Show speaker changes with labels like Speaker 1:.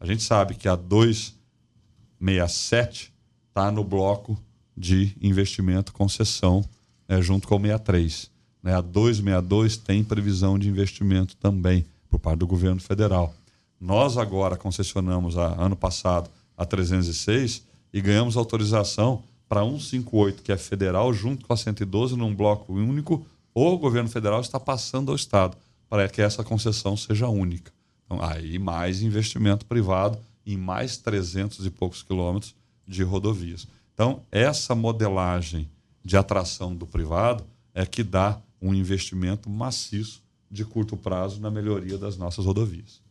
Speaker 1: A gente sabe que a 267 está no bloco de investimento concessão, né, junto com o 63. Né? A 262 tem previsão de investimento também por parte do governo federal. Nós agora concessionamos, ano passado, a 306 e ganhamos autorização para 158, que é federal, junto com a 112, num bloco único. O governo federal está passando ao Estado para que essa concessão seja única. Então, aí mais investimento privado em mais 300 e poucos quilômetros de rodovias. Então, essa modelagem de atração do privado é que dá um investimento maciço de curto prazo na melhoria das nossas rodovias.